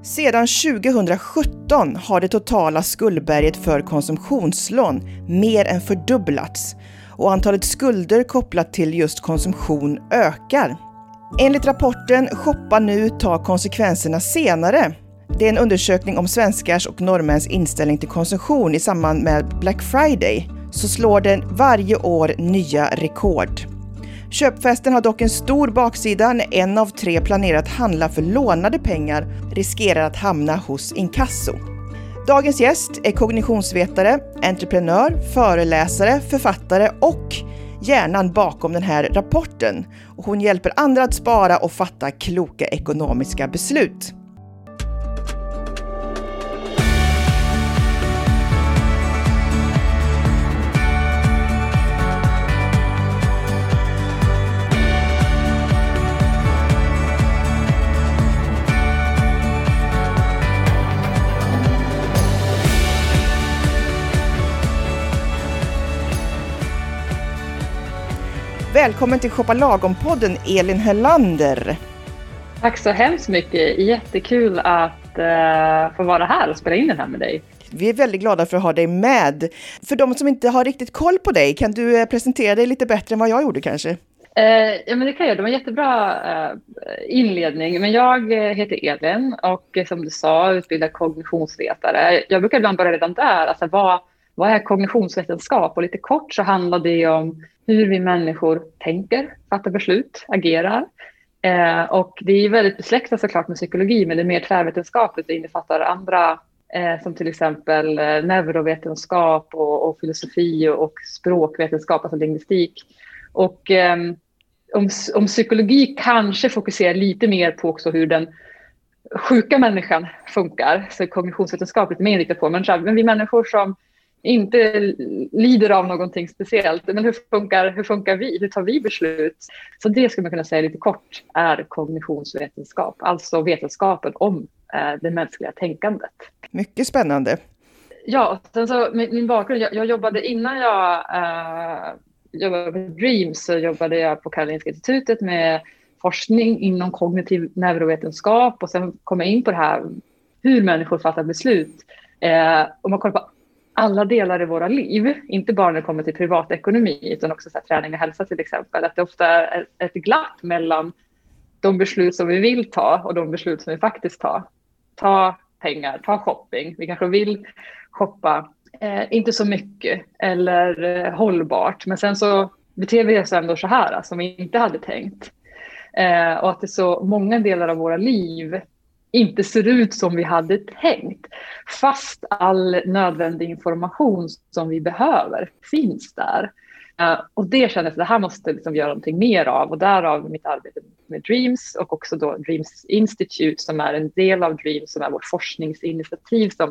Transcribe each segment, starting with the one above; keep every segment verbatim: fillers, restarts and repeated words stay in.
Sedan tjugohundrasjutton har det totala skuldberget för konsumtionslån mer än fördubblats och antalet skulder kopplat till just konsumtion ökar. Enligt rapporten Shoppa nu, ta konsekvenserna senare. Det är en undersökning om svenskars och norrmäns inställning till konsumtion i samband med Black Friday, så slår den varje år nya rekord. Köpfesten har dock en stor baksida när en av tre planerat handla för lånade pengar riskerar att hamna hos inkasso. Dagens gäst är kognitionsvetare, entreprenör, föreläsare, författare och hjärnan bakom den här rapporten. Och hon hjälper andra att spara och fatta kloka ekonomiska beslut. Välkommen till Shoppa Lagom-podden, Elin Hellander. Tack så hemskt mycket. Jättekul att uh, få vara här och spela in den här med dig. Vi är väldigt glada för att ha dig med. För de som inte har riktigt koll på dig, kan du presentera dig lite bättre än vad jag gjorde kanske? Uh, ja, men det kan jag. Det var en jättebra uh, inledning. Men jag heter Elin och som du sa, utbildad kognitionsvetare. Jag brukar ibland börja redan där. Alltså, vad, vad är kognitionsvetenskap? Och lite kort så handlar det om hur vi människor tänker, fattar beslut, agerar. Eh, och det är väldigt besläktat såklart med psykologi, men det är mer tvärvetenskapligt. Det innefattar andra, eh, som till exempel eh, neurovetenskap och, och filosofi och, och språkvetenskap, alltså lingvistik. Och eh, om, om psykologi kanske fokuserar lite mer på också hur den sjuka människan funkar, så är kognitionsvetenskap lite mer inriktat på. Men, men vi människor som inte lider av någonting speciellt. Men hur funkar, hur funkar vi? Hur tar vi beslut? Så det skulle man kunna säga lite kort är kognitionsvetenskap. Alltså vetenskapen om eh, det mänskliga tänkandet. Mycket spännande. Ja, sen så min, min bakgrund. Jag, jag jobbade innan jag eh, jobbade på Dreams, så jobbade jag på Karolinska institutet med forskning inom kognitiv neurovetenskap. Och sen kom jag in på det här hur människor fattar beslut. Eh, om man kollar på alla delar i våra liv, inte bara när det kommer till privatekonomi utan också så här, träning och hälsa till exempel, att det ofta är ett glapp mellan de beslut som vi vill ta och de beslut som vi faktiskt tar. Ta pengar, ta shopping. Vi kanske vill shoppa, eh, inte så mycket eller eh, hållbart, men sen så beter vi oss ändå så här som vi inte hade tänkt. Eh, och att det är så många delar av våra liv inte ser ut som vi hade tänkt. Fast all nödvändig information som vi behöver finns där. Uh, och det kändes att det här måste liksom göra någonting mer av. Och därav mitt arbete med Dreams och också då Dreams Institute som är en del av Dreams, som är vårt forskningsinitiativ som,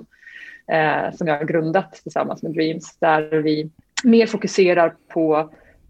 uh, som jag har grundat tillsammans med Dreams. Där vi mer fokuserar på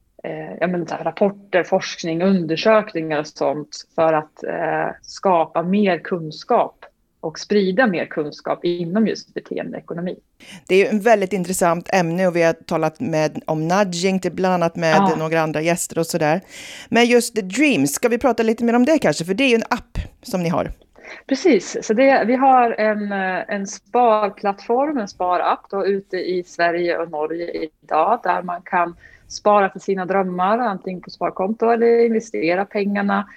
jag menar, så här, rapporter, forskning, undersökningar och sånt för att eh, skapa mer kunskap och sprida mer kunskap inom just beteendeekonomi. Det är ju en väldigt intressant ämne och vi har talat med, om nudging till bland annat med ja. några andra gäster och sådär. Men just The Dreams, ska vi prata lite mer om det kanske? För det är ju en app som ni har. Precis, så det, vi har en, en sparplattform, en sparapp då, ute i Sverige och Norge idag där man kan spara till sina drömmar, antingen på sparkonto eller investera pengarna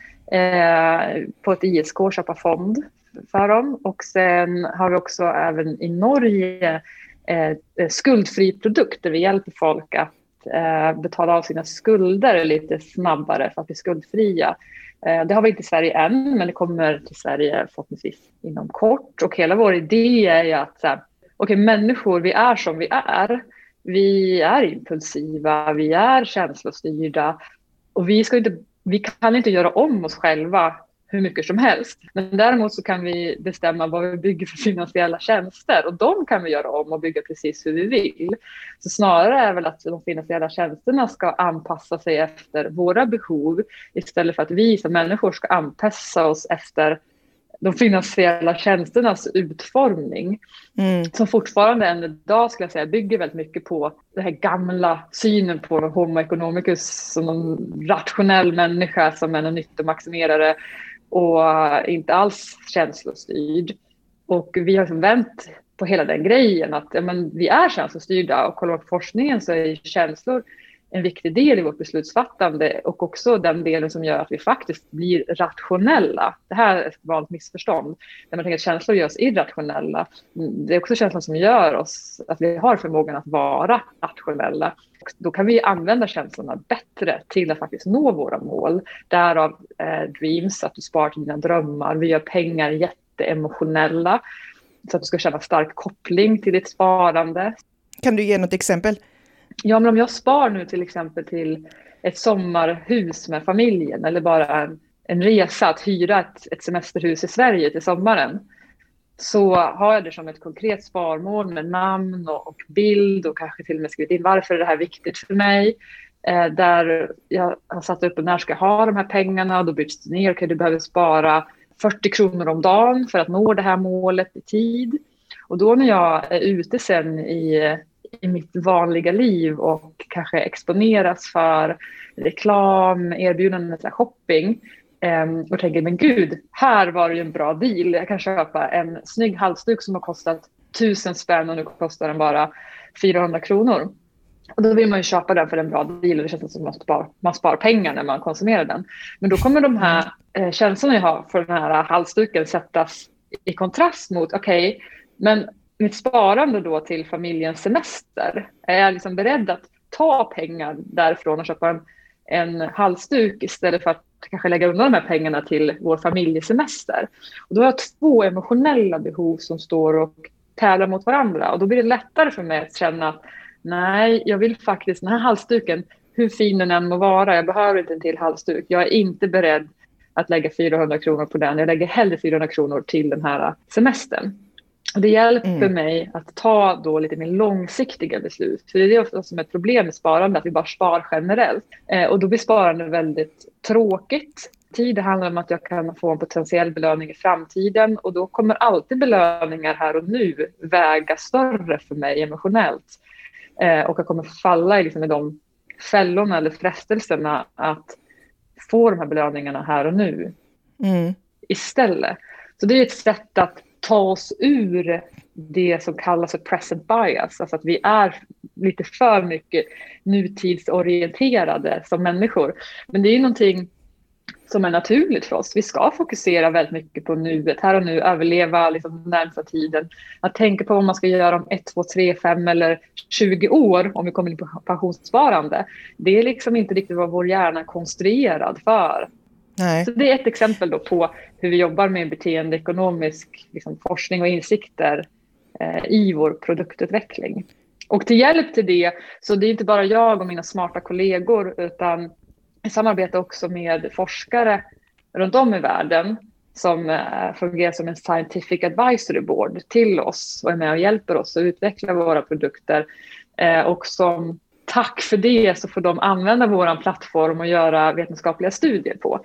eh, på ett I S K, köpa fond för dem. Och sen har vi också även i Norge eh, skuldfri produkt där vi hjälper folk att eh, betala av sina skulder lite snabbare för att bli skuldfria. Eh, det har vi inte i Sverige än, men det kommer till Sverige förhoppningsvis inom kort. Och hela vår idé är ju att så här, okej, människor, vi är som vi är. Vi är impulsiva, vi är känslostyrda och vi, ska inte, vi kan inte göra om oss själva hur mycket som helst. Men däremot så kan vi bestämma vad vi bygger för finansiella tjänster och de kan vi göra om och bygga precis hur vi vill. Så snarare är väl att de finansiella tjänsterna ska anpassa sig efter våra behov istället för att vi som människor ska anpassa oss efter de finansiella tjänsternas utformning mm. som fortfarande än idag skulle jag säga bygger väldigt mycket på den här gamla synen på homo economicus som en rationell människa som är en nyttomaximerare och inte alls känslostyrd. Och vi har liksom vänt på hela den grejen att ja, men vi är känslostyrda, och kollar på forskningen så är känslor en viktig del i vårt beslutsfattande, och också den delen som gör att vi faktiskt blir rationella. Det här är ett vanligt missförstånd. När man tänker att känslor gör oss irrationella. Det är också känslan som gör oss att vi har förmågan att vara rationella. Då kan vi använda känslorna bättre till att faktiskt nå våra mål. Därav eh, Dreams, att du sparar till dina drömmar. Vi gör pengar jätteemotionella, så att du ska känna stark koppling till ditt sparande. Kan du ge något exempel? Ja, men om jag spar nu till exempel till ett sommarhus med familjen, eller bara en, en resa att hyra ett, ett semesterhus i Sverige till sommaren, så har jag det som ett konkret sparmål med namn och, och bild, och kanske till och med skrivit in varför är det här viktigt för mig. Eh, där jag har satt upp när ska jag ha de här pengarna, och då bryts det ner. Okej, du behöver spara fyrtio kronor om dagen för att nå det här målet i tid. Och då när jag är ute sen i i mitt vanliga liv och kanske exponeras för reklam, erbjudanden, shopping, um, och tänker, men gud, här var det ju en bra deal. Jag kan köpa en snygg halsduk som har kostat tusen spänn och nu kostar den bara fyrahundra kronor. Och då vill man ju köpa den för en bra deal, och det känns som att man spar, man spar pengar när man konsumerar den. Men då kommer de här eh, känslorna jag har för den här halsduken sättas i kontrast mot, okej, okay, men mitt sparande då till familjens semester, är jag liksom beredd att ta pengar därifrån och köpa en, en halsduk istället för att kanske lägga undan de här pengarna till vår familjesemester. Och då har jag två emotionella behov som står och tävlar mot varandra, och då blir det lättare för mig att känna att nej, jag vill faktiskt den här halsduken, hur fin den än må vara, jag behöver inte en till halsduk, jag är inte beredd att lägga fyrahundra kronor på den, jag lägger hellre fyrahundra kronor till den här semestern. Det hjälper mm. mig att ta då lite mer långsiktiga beslut. För det är ofta som ett problem med sparande, att vi bara spar generellt. Eh, och då blir sparande väldigt tråkigt. Tid handlar om att jag kan få en potentiell belöning i framtiden. Och då kommer alltid belöningar här och nu väga större för mig emotionellt. Eh, och jag kommer falla i, liksom, i de fällorna eller frestelserna att få de här belöningarna här och nu mm. istället. Så det är ett sätt att ta oss ur det som kallas för present bias. Alltså att vi är lite för mycket nutidsorienterade som människor. Men det är ju någonting som är naturligt för oss. Vi ska fokusera väldigt mycket på nuet, här och nu, överleva liksom den närmsta tiden. Att tänka på vad man ska göra om ett, två, tre, fem eller tjugo år om vi kommer in på pensionssparande. Det är liksom inte riktigt vad vår hjärna är konstruerad för. Nej. Så det är ett exempel då på hur vi jobbar med beteendeekonomisk liksom, forskning och insikter eh, i vår produktutveckling. Och till hjälp till det, så det är inte bara jag och mina smarta kollegor, utan jag samarbetar också med forskare runt om i världen som eh, fungerar som en scientific advisory board till oss och är med och hjälper oss att utveckla våra produkter. Eh, och som tack för det så får de använda vår plattform och göra vetenskapliga studier på.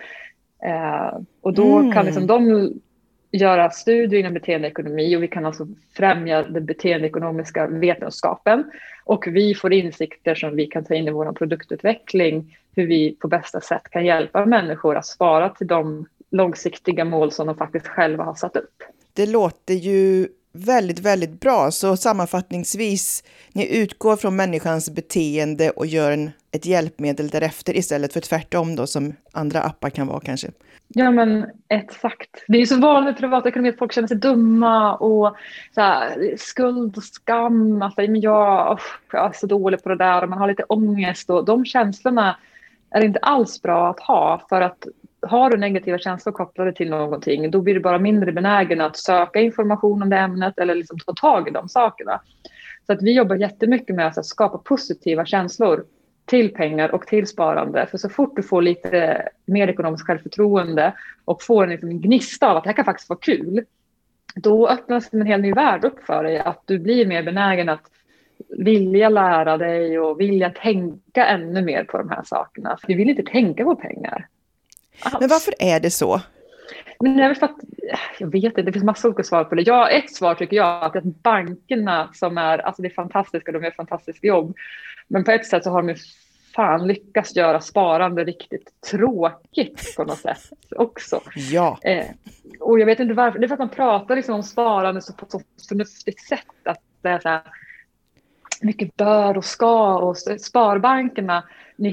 Eh, och då mm. kan liksom de göra studier inom beteendeekonomi, och vi kan alltså främja den beteendeekonomiska vetenskapen. Och vi får insikter som vi kan ta in i vår produktutveckling, hur vi på bästa sätt kan hjälpa människor att spara till de långsiktiga mål som de faktiskt själva har satt upp. Det låter ju väldigt, väldigt bra. Så sammanfattningsvis, ni utgår från människans beteende och gör en, ett hjälpmedel därefter istället för tvärtom då, som andra appar kan vara kanske. Ja, men exakt. Det är ju så vanligt med privatekonomi att folk känner sig dumma och så här, skuld och skam. Att men jag, oh, jag är så dålig på det där, och man har lite ångest. Och de känslorna är inte alls bra att ha, för att har du negativa känslor kopplade till någonting, då blir du bara mindre benägen att söka information om det ämnet eller liksom ta tag i de sakerna. Så att vi jobbar jättemycket med att skapa positiva känslor till pengar och till sparande. För så fort du får lite mer ekonomiskt självförtroende och får en, liksom, en gnista av att det här kan faktiskt vara kul, då öppnas en hel ny värld upp för dig. Att du blir mer benägen att vilja lära dig och vilja tänka ännu mer på de här sakerna. För du vill inte tänka på pengar. Alls. Men varför är det så? Men jag, för att, jag vet inte, det finns massor olika svar på det. Ja, ett svar tycker jag att, att bankerna som är, alltså det är fantastiska, de gör ett fantastiskt jobb. Men på ett sätt så har de fan lyckas göra sparande riktigt tråkigt på något sätt också. Ja. Eh, och jag vet inte varför. Det är för att man pratar liksom om sparande så på ett så förnuftigt sätt. Att det är så här mycket bör och ska. Och sparbankerna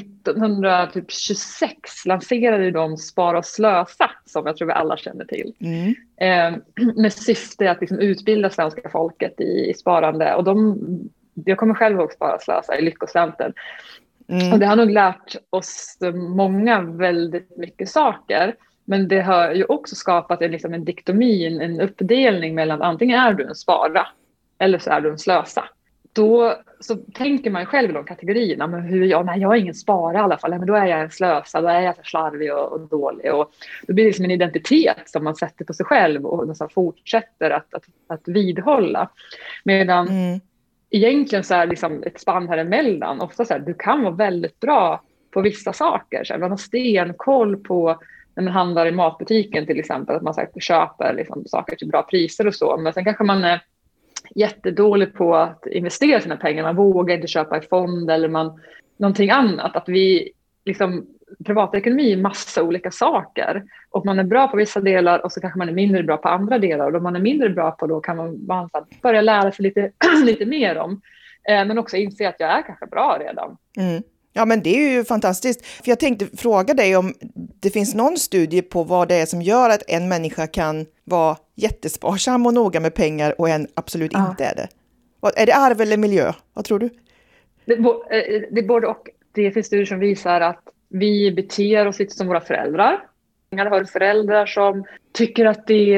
nittonhundratjugosex lanserade de Spara och slösa, som jag tror vi alla känner till. Mm. Eh, med syfte att liksom utbilda svenska folket i, i sparande. Och de, jag kommer själv ihåg Spara och slösa i Lyckocentern. Mm. Och det har nog lärt oss många väldigt mycket saker. Men det har ju också skapat en, liksom en diktomi, en uppdelning mellan antingen är du en spara eller så är du en slösa. Då så tänker man själv i de kategorierna. Men hur, ja, nej, jag är ingen spara i alla fall. Men då är jag en slösa, då är jag så slarvig och, och dålig. Och då blir det liksom en identitet som man sätter på sig själv och så fortsätter att, att, att vidhålla. Medan mm. egentligen så är det liksom ett spann här emellan. Ofta så här, du kan vara väldigt bra på vissa saker. Så här, man har stenkoll på när man handlar i matbutiken till exempel. Att man så här, köper liksom, saker till bra priser och så. Men sen kanske man är jättedålig på att investera sina pengar. Man vågar inte köpa i fond eller man, någonting annat. Att vi liksom, privatekonomi är massa olika saker. Och man är bra på vissa delar och så kanske man är mindre bra på andra delar. Och då man är mindre bra på då kan man, man börja lära sig lite, lite mer om. Eh, men också inse att jag är kanske bra redan. Mm. Ja, men det är ju fantastiskt. För jag tänkte fråga dig om det finns någon studie på vad det är som gör att en människa kan vara jättesparsam och noga med pengar och en absolut ja. inte är det. Är det arv eller miljö? Vad tror du? Det, det, både och. Det finns studier som visar att vi beter oss lite som våra föräldrar. Jag har föräldrar som tycker att det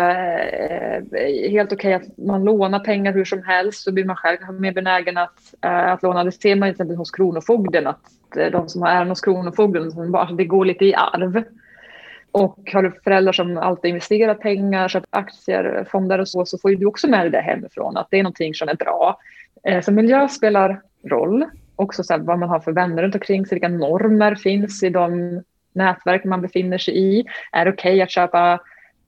är helt okej att man lånar pengar hur som helst. Så blir man själv mer benägen att, att låna. Det ser man till exempel hos kronofogden. Att de som har äran hos kronofogden, alltså det går lite i arv. Och har du föräldrar som alltid investerar pengar, köper aktier, fonder och så, så får du också med dig det hemifrån. Att det är någonting som är bra. Så miljö spelar roll. Också så här, vad man har för vänner runt omkring sig, vilka normer finns i de nätverk man befinner sig i. Är det okej okay att köpa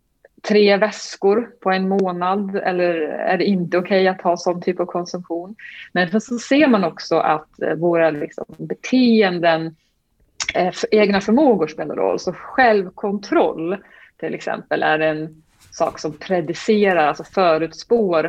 tre väskor på en månad eller är det inte okej okay att ha sån typ av konsumtion? Men så ser man också att våra liksom, beteenden, eh, egna förmågor spelar roll. Så självkontroll till exempel är en sak som predicerar, alltså förutspår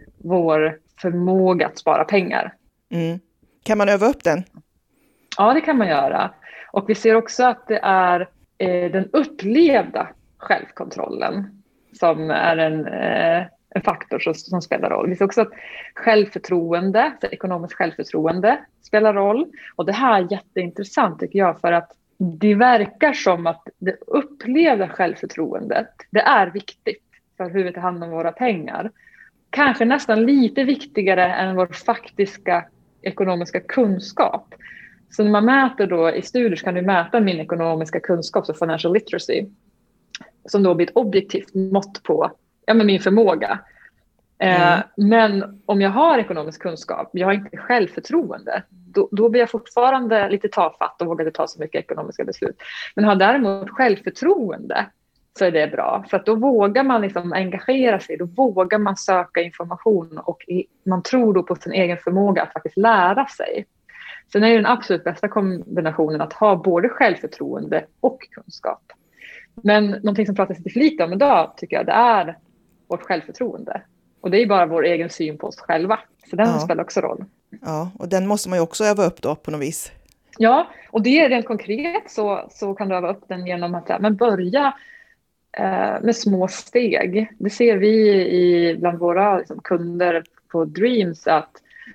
vår förmåga att spara pengar. Mm. Kan man öva upp den? Ja, det kan man göra. Och vi ser också att det är eh, den upplevda självkontrollen som är en, eh, en faktor som, som spelar roll. Vi ser också att självförtroende, ekonomiskt självförtroende spelar roll. Och det här är jätteintressant tycker jag, för att det verkar som att det upplevda självförtroendet, det är viktigt för hur vi tar hand om våra pengar. Kanske nästan lite viktigare än vår faktiska ekonomiska kunskap. Så när man mäter då i studier så kan du mäta min ekonomiska kunskap, så financial literacy, som då blir ett objektivt mått på ja, men min förmåga. Mm. Eh, men om jag har ekonomisk kunskap, jag har inte självförtroende, då, då blir jag fortfarande lite tafatt och vågar inte ta så mycket ekonomiska beslut. Men har däremot självförtroende så är det bra. För att då vågar man liksom engagera sig, då vågar man söka information och i, man tror då på sin egen förmåga att faktiskt lära sig. Sen är det den absolut bästa kombinationen att ha både självförtroende och kunskap. Men någonting som pratas lite för lite om idag tycker jag det är vårt självförtroende. Och det är bara vår egen syn på oss själva. Så den ja. spelar också roll. Ja, och den måste man ju också öva upp då på något vis. Ja, och det är rent konkret så, så kan du öva upp den genom att men börja eh, med små steg. Det ser vi i, bland våra liksom, kunder på Dreams att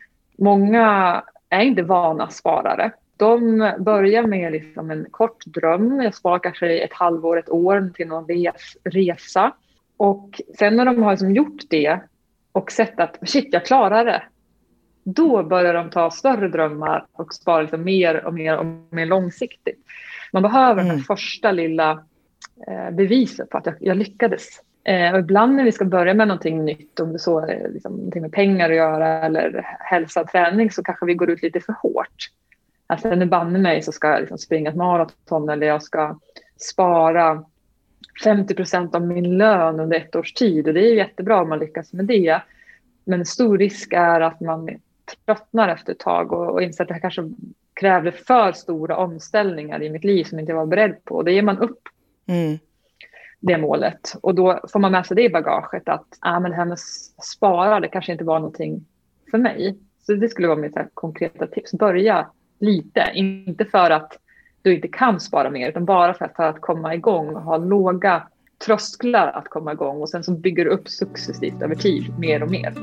många är inte vana sparare. De börjar med liksom en kort dröm. Jag sparar kanske ett halvår, ett år till någon resa. Och sen när de har liksom gjort det och sett att shit, jag klarar det. Då börjar de ta större drömmar och spara liksom mer och mer och mer långsiktigt. Man behöver mm. den första lilla eh, beviset på att jag, jag lyckades. Eh, och ibland när vi ska börja med någonting nytt, om det så är liksom, någonting med pengar att göra eller hälsa och träning, så kanske vi går ut lite för hårt. Alltså nu banne mig så ska jag liksom springa ett maraton eller jag ska spara femtio procent av min lön under ett års tid. Och det är jättebra om man lyckas med det. Men stor risk är att man tröttnar efter ett tag och, och inser att det här kanske, krävde för stora omställningar i mitt liv som inte var beredd på. Då ger man upp Mm. det målet. Och då får man med sig det i bagaget att ah, men det här med spara, det kanske inte var någonting för mig. Så det skulle vara mitt här konkreta tips. Börja lite, inte för att du inte kan spara mer, utan bara för att, för att komma igång och ha låga trösklar att komma igång. Och sen så bygger du upp successivt över tid, mer och mer.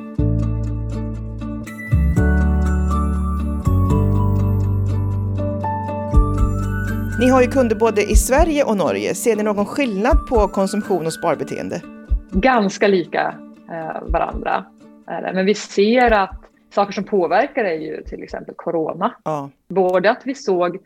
Ni har ju kunder både i Sverige och Norge. Ser ni någon skillnad på konsumtion och sparbeteende? Ganska lika eh, varandra. Men vi ser att saker som påverkar är ju till exempel corona. Ja. Både att vi såg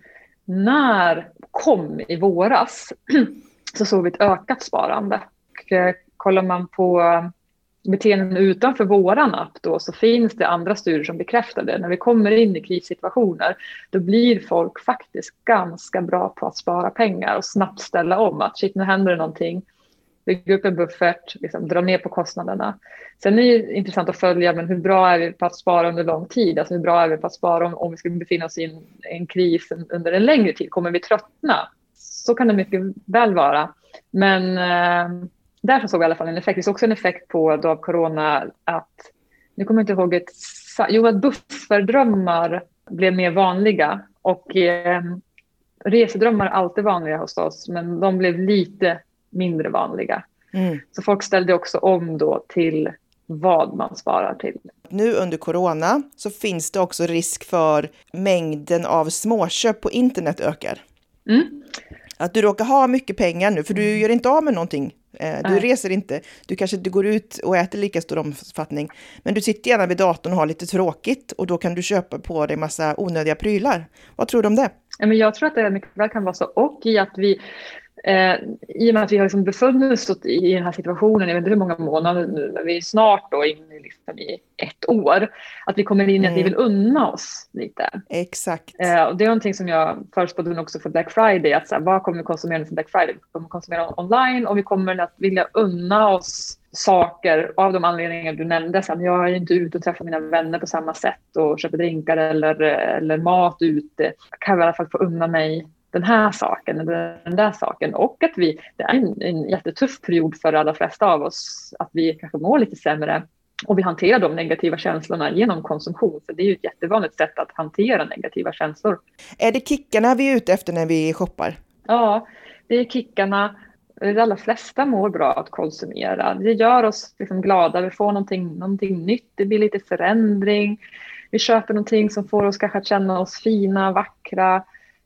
när kom i våras så såg vi ett ökat sparande. Och eh, kollar man på beteenden utanför våran app då, så finns det andra studier som bekräftar det. När vi kommer in i krissituationer, då blir folk faktiskt ganska bra på att spara pengar och snabbt ställa om. Att shit, nu händer det någonting. Bygga upp en buffert, liksom, dra ner på kostnaderna. Sen är det intressant att följa, men hur bra är vi på att spara under lång tid? Alltså hur bra är vi på att spara om, om vi ska befinna oss i en, en kris under en längre tid? Kommer vi tröttna? Så kan det mycket väl vara. Men eh, därför såg vi i alla fall en effekt. Det är också en effekt på då av corona att, nu kommer jag inte ihåg ett, jo att bufferdrömmar blev mer vanliga. Och eh, resedrömmar är alltid vanliga hos oss, men de blev lite mindre vanliga. Mm. Så folk ställde också om då till vad man sparar till. Nu under corona så finns det också risk för mängden av småköp på internet ökar. Mm. Att du råkar ha mycket pengar nu, för du gör inte av med någonting. Du Nej. reser inte, du kanske inte går ut och äter lika stor omfattning. Men du sitter gärna vid datorn och har lite tråkigt, och då kan du köpa på dig massa onödiga prylar. Vad tror du om det? Jag tror att det mycket väl kan vara så, och i att vi Eh, i och med att vi har liksom befunnit oss i den här situationen, jag vet inte hur många månader nu, men vi är snart då inne liksom i ett år, att vi kommer in i att vi vill unna oss lite. Exakt. Eh, och det är någonting som jag förespådde också för Black Friday, att så här, vad kommer vi konsumera för Black Friday? Vi kommer konsumera online, och vi kommer att vilja unna oss saker av de anledningar du nämnde. Så här, jag är inte ute och träffar mina vänner på samma sätt och köper drinkar eller, eller mat ute. Jag kan i alla fall få unna mig den här saken eller den där saken. Och att vi, det är en, en jättetuff period för alla flesta av oss, att vi kanske mår lite sämre, och vi hanterar de negativa känslorna genom konsumtion. Så det är ju ett jättevanligt sätt att hantera negativa känslor. Är det kickarna vi är ute efter när vi shoppar? Ja, det är kickarna. De allra flesta mår bra att konsumera. Det gör oss liksom glada, vi får någonting, någonting nytt, det blir lite förändring. Vi köper någonting som får oss kanske att känna oss fina, vackra.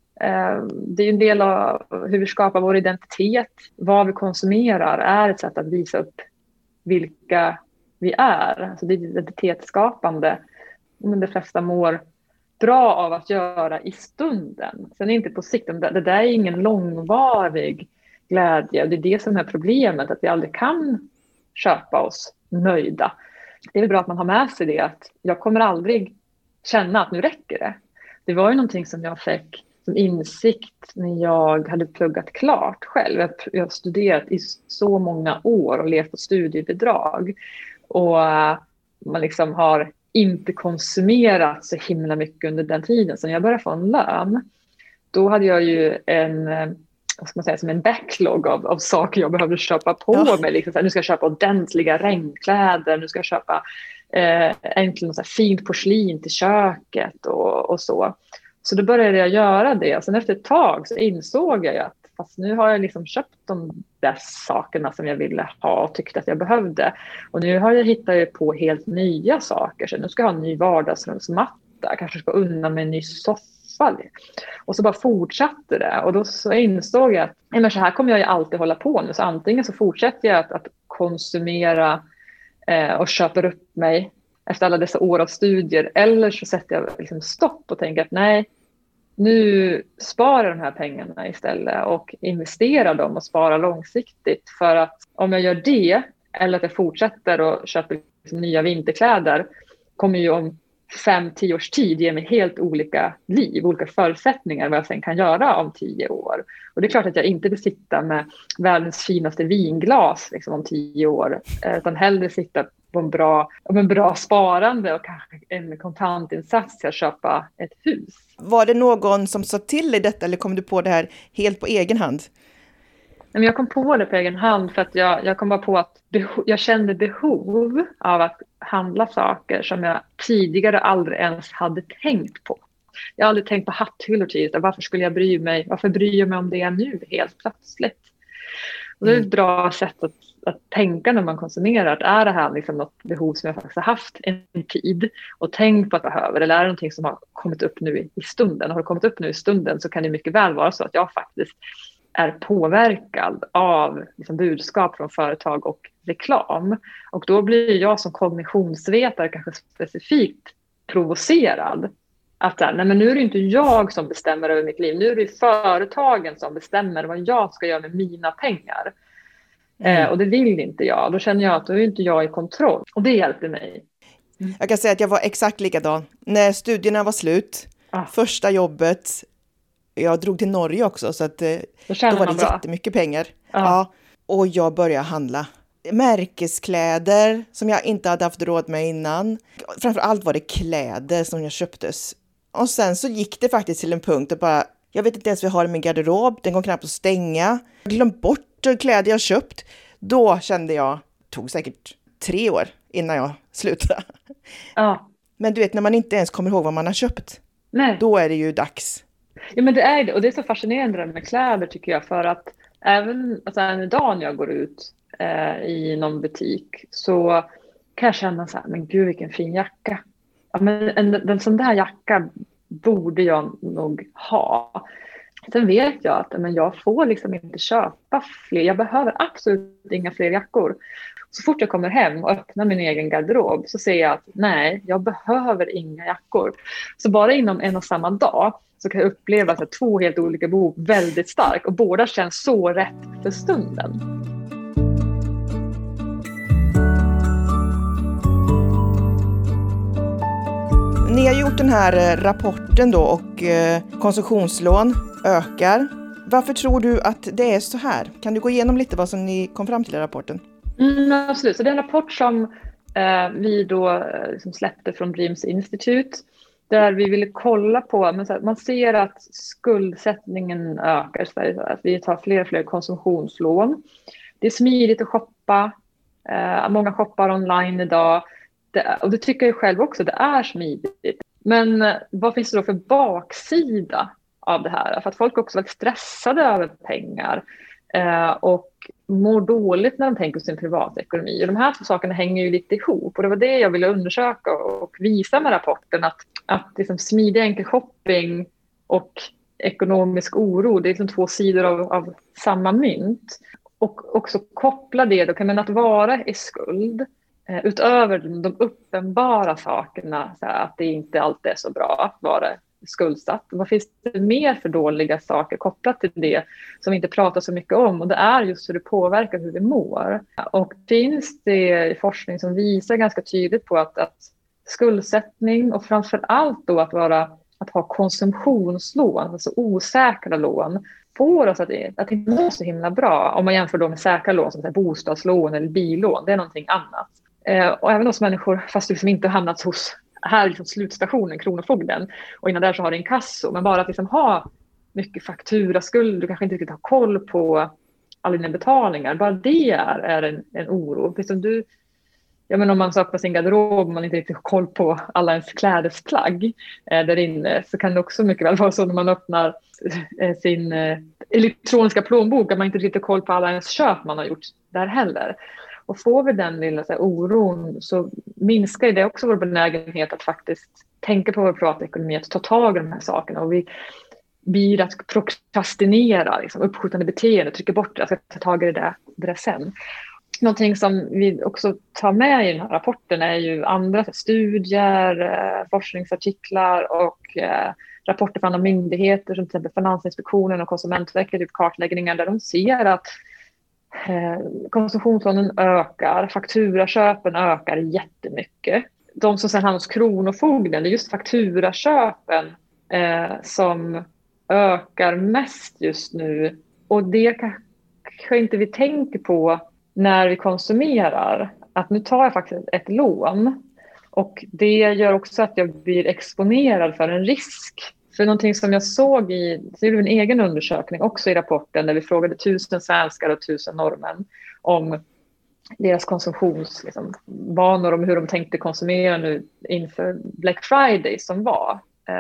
Det är en del av hur vi skapar vår identitet. Vad vi konsumerar är ett sätt att visa upp vilka vi är. Alltså det är identitetsskapande. Men de flesta mår bra av att göra i stunden. Sen är inte på sikt. Det där är ingen långvarig glädje. Det är det som är problemet. Att vi aldrig kan köpa oss nöjda. Det är väl bra att man har med sig det. Att jag kommer aldrig känna att nu räcker det. Det var ju någonting som jag fick som insikt när jag hade pluggat klart själv. Jag har studerat i så många år och levt på studiebidrag. Och man liksom har inte konsumerat så himla mycket under den tiden. Så när jag började få en lön, då hade jag ju en, vad ska man säga, som en backlog av, av saker jag behövde köpa på ja. mig. Liksom så här, nu ska jag köpa ordentliga regnkläder, nu ska jag köpa eh, äntligen så här fint porslin till köket och, och så. Så då började jag göra det. Sen efter ett tag så insåg jag att fast nu har jag liksom köpt de där sakerna som jag ville ha och tyckte att jag behövde. Och nu har jag hittat på helt nya saker. Så nu ska jag ha en ny vardagsrumsmatta. Kanske ska unna mig en ny soffa. Och så bara fortsatte det. Och då så insåg jag att nej, men så här kommer jag ju alltid hålla på nu. Så antingen så fortsätter jag att, att konsumera eh, och köper upp mig efter alla dessa år av studier. Eller så sätter jag liksom stopp och tänker att nej, nu sparar de här pengarna istället och investerar dem och sparar långsiktigt. För att om jag gör det, eller att jag fortsätter och köper liksom nya vinterkläder, kommer ju om fem, tio års tid ger mig helt olika liv, olika förutsättningar vad jag sen kan göra om tio år. Och det är klart att jag inte vill sitta med världens finaste vinglas liksom, om tio år, utan hellre sitta på en bra, en bra sparande och kanske en kontantinsats till att köpa ett hus. Var det någon som sa till dig detta eller kom du på det här helt på egen hand? Men jag kom på det på egen hand för att jag, jag kom bara på att beho- jag kände behov av att handla saker som jag tidigare aldrig ens hade tänkt på. Jag har aldrig tänkt på hatthyllor tidigare. Varför skulle jag bry mig? Varför bryr jag mig om det nu helt plötsligt? Och det är ett bra sätt att, att tänka när man konsumerar. Att är det här liksom något behov som jag faktiskt har haft en tid och tänkt på att jag behöver? Eller är det någonting som har kommit upp nu i stunden? Och har det kommit upp nu i stunden så kan det mycket väl vara så att jag faktiskt är påverkad av liksom, budskap från företag och reklam. Och då blir jag som kognitionsvetare kanske specifikt provocerad. Att nej, men nu är det inte jag som bestämmer över mitt liv. Nu är det företagen som bestämmer vad jag ska göra med mina pengar. Mm. Eh, och det vill inte jag. Då känner jag att då är inte jag i kontroll. Och det hjälper mig. Mm. Jag kan säga att jag var exakt likadan. När studierna var slut, ah. första jobbet, jag drog till Norge också så att då, då var det bra. Jättemycket pengar. Ah. Ja, och jag började handla. Märkeskläder som jag inte hade haft råd med innan. Framförallt var det kläder som jag köptes. Och sen så gick det faktiskt till en punkt att bara, jag vet inte ens vad jag har i min garderob, den går knappt att stänga. Jag glömde bort kläder jag köpt. Då kände jag, det tog säkert tre år innan jag slutade. Ja. Men du vet, när man inte ens kommer ihåg vad man har köpt, nej. Då är det ju dags. Ja, men det är det. Och det är så fascinerande med kläder tycker jag. För att även alltså, en dag när jag går ut eh, i någon butik så kan jag känna så här, men gud vilken fin jacka. Ja, men en, en sån där jacka borde jag nog ha. Sen vet jag att men jag får liksom inte köpa fler. Jag behöver absolut inga fler jackor. Så fort jag kommer hem och öppnar min egen garderob så ser jag att nej, jag behöver inga jackor. Så bara inom en och samma dag så kan jag uppleva att två helt olika behov väldigt starkt och båda känns så rätt för stunden. Ni har gjort den här rapporten då och konsumtionslån ökar. Varför tror du att det är så här? Kan du gå igenom lite vad som ni kom fram till i rapporten? Mm, absolut. Så det är en rapport som eh, vi då liksom släppte från Dreams Institute där vi ville kolla på, men så här, man ser att skuldsättningen ökar i Sverige, att vi tar fler och fler konsumtionslån. Det är smidigt att shoppa, eh, många shoppar online idag det, och det tycker jag själv också, det är smidigt. Men eh, vad finns det då för baksida av det här? För att folk också är väldigt stressade över pengar eh, och mår dåligt när de tänker på sin privatekonomi. Och de här två sakerna hänger ju lite ihop. Och det var det jag ville undersöka och visa med rapporten. Att, att liksom smidig enkel shopping och ekonomisk oro, det är liksom två sidor av, av samma mynt. Och också koppla det då, kan man att vara i skuld. Eh, utöver de uppenbara sakerna, så här, att det inte alltid är så bra att vara skuldsatt. Vad finns det mer för dåliga saker kopplat till det som vi inte pratar så mycket om? Och det är just hur det påverkar hur vi mår. Och finns det forskning som visar ganska tydligt på att, att skuldsättning och framför allt då att, vara, att ha konsumtionslån, alltså osäkra lån, får oss att det, att det inte är så himla bra om man jämför då med säkra lån som så här bostadslån eller billån. Det är någonting annat. Eh, och även hos människor, fast du liksom inte har hamnat hos här liksom slutstationen, Kronofogden, och innan där så har det en kasso. Men bara att liksom ha mycket fakturaskuld, du kanske inte riktigt har koll på alla dina betalningar. Bara det är, är en, en oro. Liksom du, ja, men om man öppnar sin garderob och man inte riktigt har koll på alla ens klädesplagg eh, där inne, så kan det också mycket väl vara så när man öppnar eh, sin eh, elektroniska plånbok att man inte riktigt har koll på alla ens köp man har gjort där heller. Och får vi den lilla så här, oron så minskar det också vår benägenhet att faktiskt tänka på vår privatekonomi, att ta tag i de här sakerna. Och vi blir att prokrastinera, liksom, uppskjutande beteende, trycker bort det, jag ska ta tag i det där, det där sen. Någonting som vi också tar med i den här rapporten är ju andra studier, eh, forskningsartiklar och eh, rapporter från andra myndigheter som till exempel Finansinspektionen och Konsumentverket, typ kartläggningar där de ser att Eh, konsumtionslånen ökar, fakturaköpen ökar jättemycket. de som sedan hamnar hos Kronofogden, det är just fakturaköpen eh, som ökar mest just nu. Och det kanske inte vi tänker på när vi konsumerar. Att nu tar jag faktiskt ett lån. Och det gör också att jag blir exponerad för en risk. För någonting som jag såg i, så gjorde vi en egen undersökning också i rapporten där vi frågade tusen svenskar och tusen norrmän om deras konsumtionsvanor, liksom, om hur de tänkte konsumera nu inför Black Friday som var.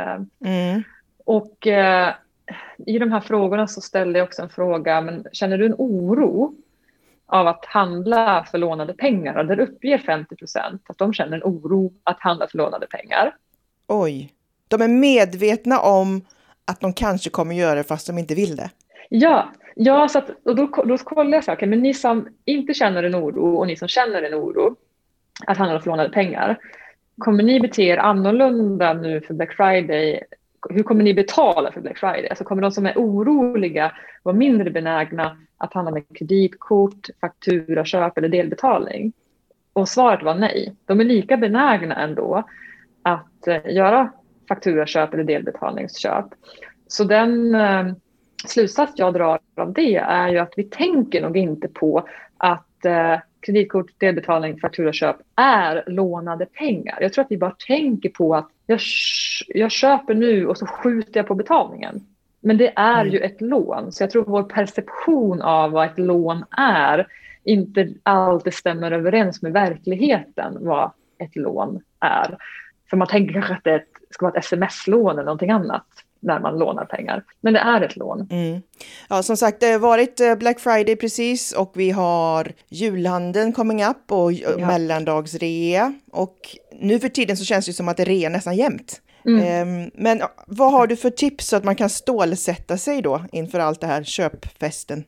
Mm. Och eh, i de här frågorna så ställde jag också en fråga, men känner du en oro av att handla för lånade pengar? Och där uppger femtio procent att de känner en oro att handla för lånade pengar. Oj, de är medvetna om att de kanske kommer göra det fast de inte vill det. Ja, ja så att, och då, då kollar jag så här, okay, men ni som inte känner en oro och ni som känner en oro att handla för lånade pengar, kommer ni bete er annorlunda nu för Black Friday? Hur kommer ni betala för Black Friday? Alltså kommer de som är oroliga vara mindre benägna att handla med kreditkort, fakturaköp eller delbetalning? Och svaret var nej. De är lika benägna ändå att eh, göra fakturaköp eller delbetalningsköp. Så den eh, slutsats jag drar av det är ju att vi tänker nog inte på att eh, kreditkort, delbetalning, fakturaköp är lånade pengar. Jag tror att vi bara tänker på att jag, jag köper nu och så skjuter jag på betalningen. Men det är mm. ju ett lån. Så jag tror att vår perception av vad ett lån är inte alltid stämmer överens med verkligheten vad ett lån är. För man tänker kanske att det ska vara ett sms-lån eller någonting annat när man lånar pengar. Men det är ett lån. Mm. Ja, som sagt, det har varit Black Friday precis och vi har julhandeln coming up och ja. mellandagsrea. Och nu för tiden så känns det som att det är rea nästan jämt. Mm. Men vad har du för tips så att man kan stålsätta sig då inför allt det här köpfesten?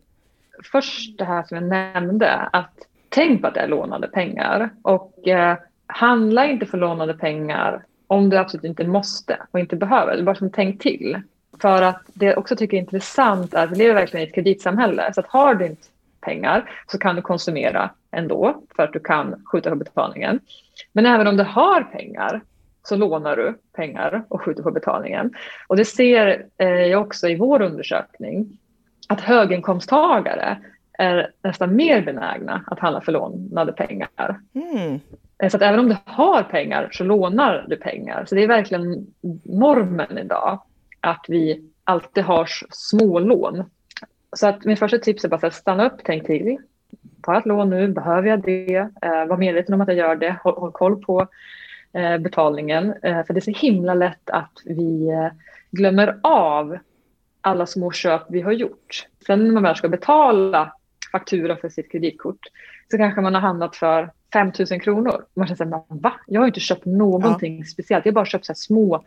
Först det här som jag nämnde, att tänk på att det är lånade pengar. Och eh, handla inte för lånade pengar om du absolut inte måste och inte behöver. Det är bara som tänk till. För att det jag också tycker är intressant är att vi lever verkligen i ett kreditsamhälle. Så att har du inte pengar så kan du konsumera ändå för att du kan skjuta på betalningen. Men även om du har pengar så lånar du pengar och skjuter på betalningen. Och det ser eh, jag också i vår undersökning att höginkomsttagare är nästan mer benägna att handla för lånade pengar. Mm. Så att även om du har pengar så lånar du pengar. Så det är verkligen normen idag att vi alltid har små lån. Så att min första tips är bara att stanna upp, tänk till. Ta ett lån nu, behöver jag det? Eh, var medveten om att jag gör det. Håll, håll koll på eh, betalningen. Eh, för det är så himla lätt att vi eh, glömmer av alla små köp vi har gjort. Sen när man väl ska betala faktura för sitt kreditkort så kanske man har handlat för fem tusen kronor. Man känner såhär, va? Jag har inte köpt någonting ja. speciellt. Jag har bara köpt så här små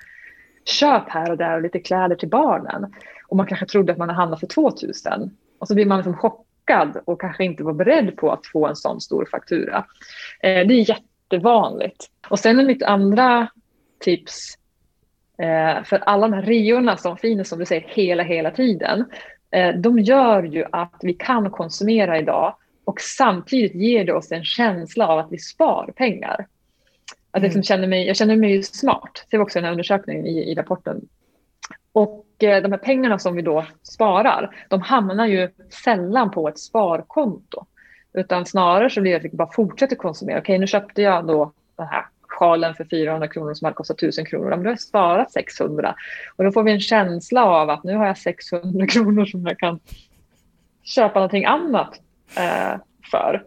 köp här och där och lite kläder till barnen. Och man kanske trodde att man har handlat för två tusen. Och så blir man liksom chockad och kanske inte var beredd på att få en sån stor faktura. Eh, det är jättevanligt. Och sen är mitt andra tips eh, för alla de här reorna som finns, som du säger, hela, hela tiden. Eh, de gör ju att vi kan konsumera idag. Och samtidigt ger det oss en känsla av att vi spar pengar. Att jag, liksom känner mig, jag känner mig smart. Det var också den här undersökningen i, i rapporten. Och eh, de här pengarna som vi då sparar, de hamnar ju sällan på ett sparkonto. Utan snarare så blir det att vi bara fortsätter konsumera. Okej, nu köpte jag då den här sjalen för fyrahundra kronor som hade kostat tusen kronor. Men då har jag sparat sexhundra. Och då får vi en känsla av att nu har jag sexhundra kronor som jag kan köpa någonting annat eh, för.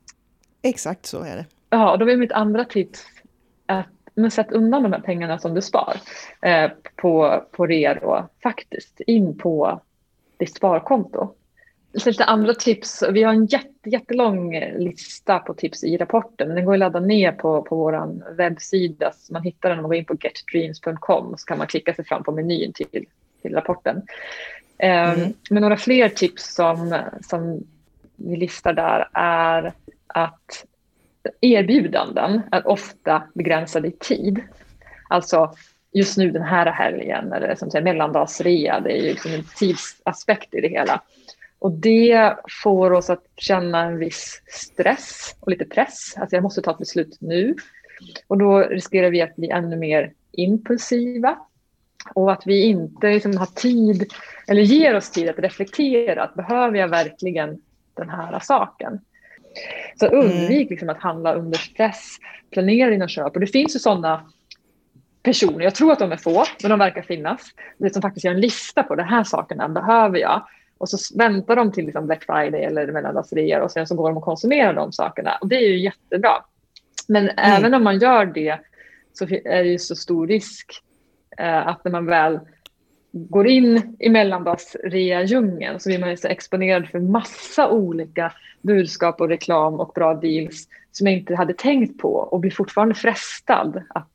Exakt så är det. Ja, och då är mitt andra tips att men sätt undan de här pengarna som du spar eh, på, på rea då, faktiskt in på ditt sparkonto. Sen det andra tips, vi har en jätte, jättelång lista på tips i rapporten. Den går att ladda ner på, på vår webbsida. Så man hittar den om man går in på get dreams dot com, så kan man klicka sig fram på menyn till, till rapporten. Eh, mm. Men några fler tips som, som vi listar där är att erbjudanden är ofta begränsade i tid. Alltså just nu den här helgen eller som säger mellandagsrea, det är ju liksom en tidsaspekt i det hela. Och det får oss att känna en viss stress och lite press. Alltså jag måste ta ett beslut nu. Och då riskerar vi att bli ännu mer impulsiva. Och att vi inte liksom har tid eller ger oss tid att reflektera. Att behöver jag verkligen den här saken? Så undvik liksom att handla under stress. Planera dina köp. Och det finns ju sådana personer. Jag tror att de är få, men de verkar finnas. Det som faktiskt gör en lista på de här sakerna behöver jag. Och så väntar de till liksom Black Friday eller mellandagsreor. Och sen så går de och konsumerar de sakerna. Och det är ju jättebra. Men mm. även om man gör det så är det ju så stor risk att när man väl går in i mellandagsrea-djungeln så blir man ju så exponerad för massa olika budskap och reklam och bra deals som jag inte hade tänkt på och blir fortfarande frestad att,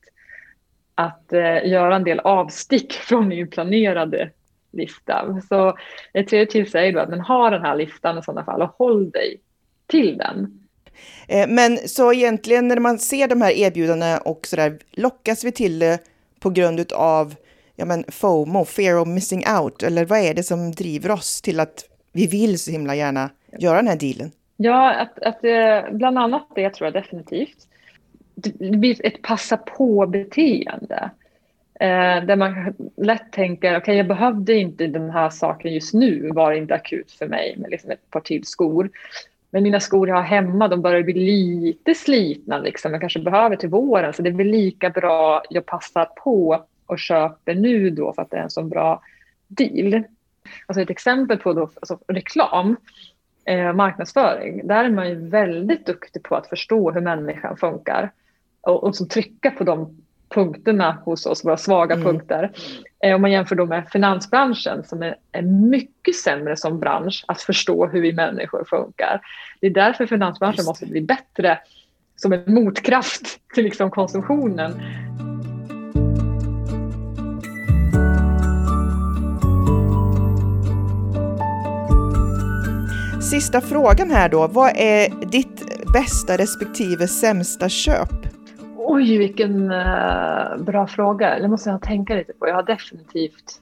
att uh, göra en del avstick från min planerade lista. Så ett tredje tips är då att man har den här listan i sådana fall och håll dig till den. Men så egentligen när man ser de här erbjudandena och så där, lockas vi till det på grund av ja, men FOMO, fear of missing out, eller vad är det som driver oss till att vi vill så himla gärna göra den här dealen? Ja, att, att bland annat det tror jag definitivt. Det blir ett passa på-beteende. Eh, där man lätt tänker, okej okay, jag behövde inte den här saken just nu, var inte akut för mig med liksom ett par till skor. Men mina skor jag har hemma, de börjar bli lite slitna liksom. Jag kanske behöver till våren, så det blir lika bra jag passar på och köper nu då för att det är en så bra deal. Alltså ett exempel på då, alltså reklam, eh, marknadsföring. Där är man ju väldigt duktig på att förstå hur människan funkar. Och, och så trycka på de punkterna hos oss, våra svaga mm. punkter. Eh, om man jämför då med finansbranschen som är, är mycket sämre som bransch att förstå hur vi människor funkar. Det är därför finansbranschen måste bli bättre som en motkraft till liksom konsumtionen. Sista frågan här då. Vad är ditt bästa respektive sämsta köp? Oj, vilken uh, bra fråga. Det måste jag tänka lite på. Jag har definitivt...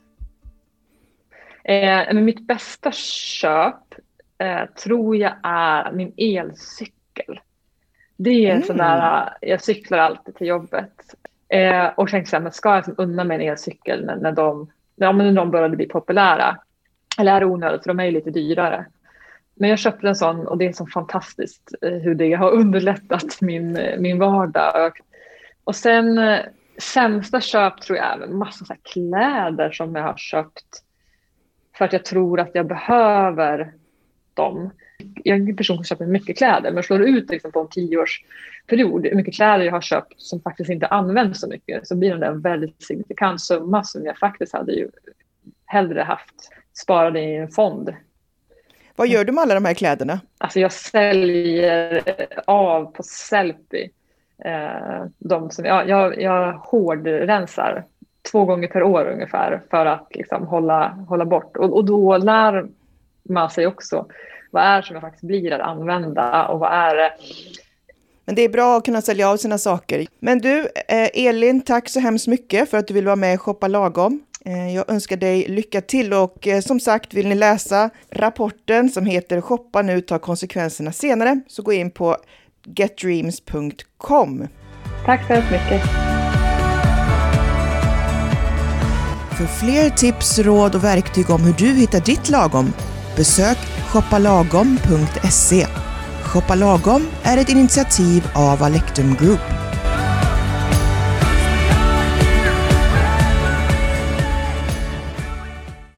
Eh, men mitt bästa köp eh, tror jag är min elcykel. Det är mm. sådär, jag cyklar alltid till jobbet. Eh, och tänkte så här, men ska jag unna mig en elcykel när, när, de, ja, när de började bli populära? Eller är det onödigt, för de är ju lite dyrare. Men jag köpte en sån och det är så fantastiskt hur det har underlättat min, min vardag. Och sen sämsta köp tror jag är en massa så här kläder som jag har köpt för att jag tror att jag behöver dem. Jag är en person som köper mycket kläder, men slår ut liksom på en tioårsperiod hur mycket kläder jag har köpt som faktiskt inte används så mycket, så blir det en väldigt signifikant summa som jag faktiskt hade ju hellre haft sparade i en fond. Vad gör du med alla de här kläderna? Alltså jag säljer av på Sellpy. Eh, de som, ja, jag, jag hårdrensar två gånger per år ungefär för att liksom hålla, hålla bort. Och, och då lär man sig också vad är som jag faktiskt blir att använda och vad är det. Men det är bra att kunna sälja av sina saker. Men du, eh, Elin, tack så hemskt mycket för att du vill vara med och shoppa lagom. Jag önskar dig lycka till och som sagt, vill ni läsa rapporten som heter Shoppa nu, ta konsekvenserna senare, så gå in på get dreams punkt com. Tack så mycket. För fler tips, råd och verktyg om hur du hittar ditt lagom, besök shoppa lagom punkt se. Shoppa lagom är ett initiativ av Alectum Group.